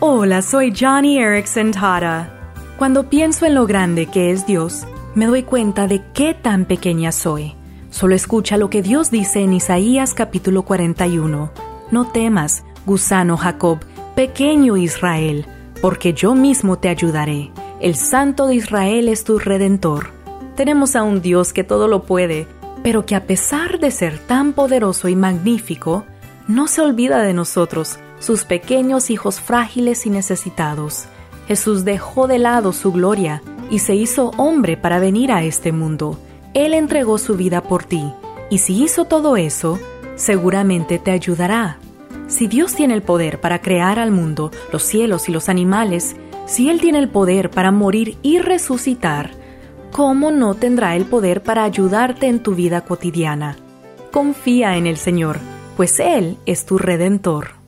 Hola, soy Johnny Erickson Tara. Cuando pienso en lo grande que es Dios, me doy cuenta de qué tan pequeña soy. Solo escucha lo que Dios dice en Isaías capítulo 41. No temas, gusano Jacob, pequeño Israel, porque yo mismo te ayudaré. El Santo de Israel es tu Redentor. Tenemos a un Dios que todo lo puede, pero que a pesar de ser tan poderoso y magnífico, no se olvida de nosotros, sus pequeños hijos frágiles y necesitados. Jesús dejó de lado su gloria y se hizo hombre para venir a este mundo. Él entregó su vida por ti, y si hizo todo eso, seguramente te ayudará. Si Dios tiene el poder para crear al mundo, los cielos y los animales, si Él tiene el poder para morir y resucitar, ¿cómo no tendrá el poder para ayudarte en tu vida cotidiana? Confía en el Señor, pues Él es tu Redentor.